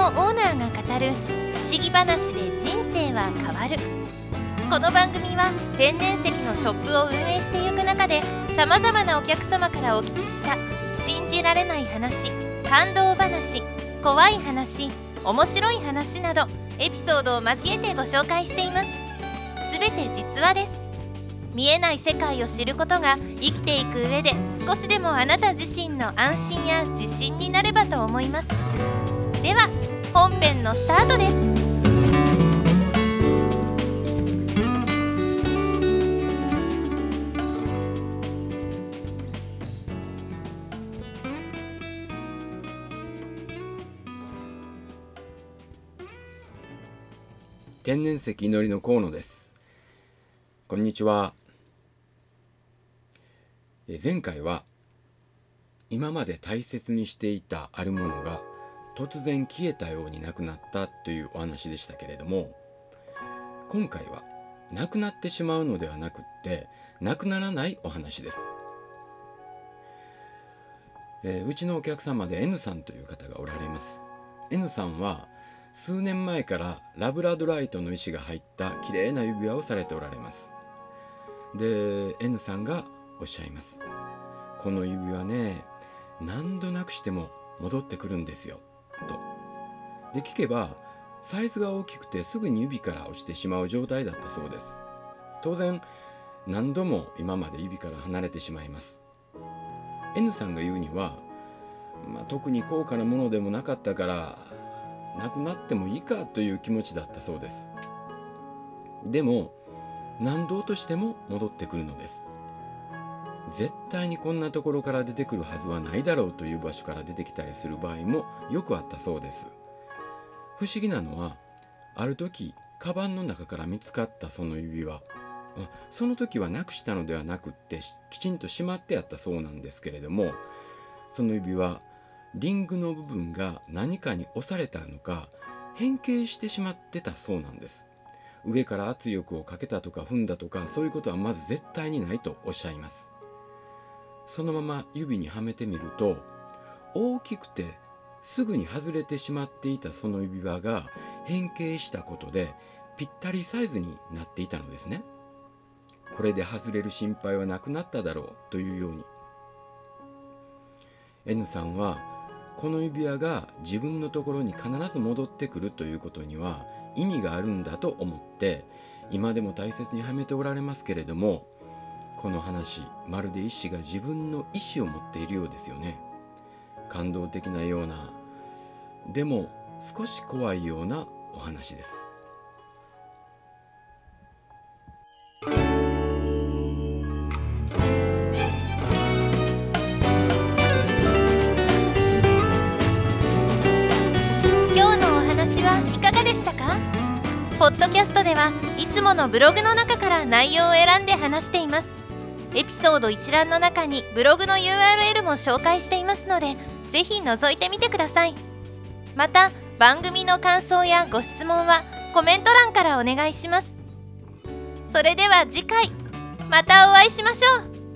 オーナーが語る不思議話で人生は変わる。この番組は天然石のショップを運営していく中で、さまざまなお客様からお聞きした信じられない話、感動話、怖い話、面白い話などエピソードを交えてご紹介しています。すべて実話です。見えない世界を知ることが生きていく上で少しでもあなた自身の安心や自信になればと思います。では本編のスタートです。 天然石祈りの河野です。こんにちは。前回は今まで大切にしていたあるものが突然消えたようになくなったというお話でしたけれども、今回はなくなってしまうのではなくってなくならないお話です。うちのお客様で N さんという方がおられます。 N さんは数年前からラブラドライトの石が入った綺麗な指輪をされておられます。で N さんがおっしゃいます。この指輪ね、何度なくしても戻ってくるんですよと。で聞けばサイズが大きくてすぐに指から落ちてしまう状態だったそうです。当然何度も今まで指から離れてしまいます。 N さんが言うには、特に高価なものでもなかったからなくなってもいいかという気持ちだったそうです。でも何度としても戻ってくるのです。絶対にこんなところから出てくるはずはないだろうという場所から出てきたりする場合もよくあったそうです。不思議なのは、ある時カバンの中から見つかったその指輪、その時はなくしたのではなくってきちんとしまってあったそうなんですけれども、その指輪リングの部分が何かに押されたのか変形してしまってたそうなんです。上から圧力をかけたとか踏んだとか、そういうことはまず絶対にないとおっしゃいます。そのまま指にはめてみると、大きくてすぐに外れてしまっていたその指輪が変形したことでぴったりサイズになっていたのですね。これで外れる心配はなくなっただろうというように、 N さんはこの指輪が自分のところに必ず戻ってくるということには意味があるんだと思って今でも大切にはめておられますけれども、この話まるで石が自分の意志を持っているようですよね。感動的なような、でも少し怖いようなお話です。 ポッドキャストではいつものブログの中から内容を選んで話しています。エピソード一覧の中にブログの URL も紹介していますので、ぜひ覗いてみてください。また番組の感想やご質問はコメント欄からお願いします。それでは次回またお会いしましょう。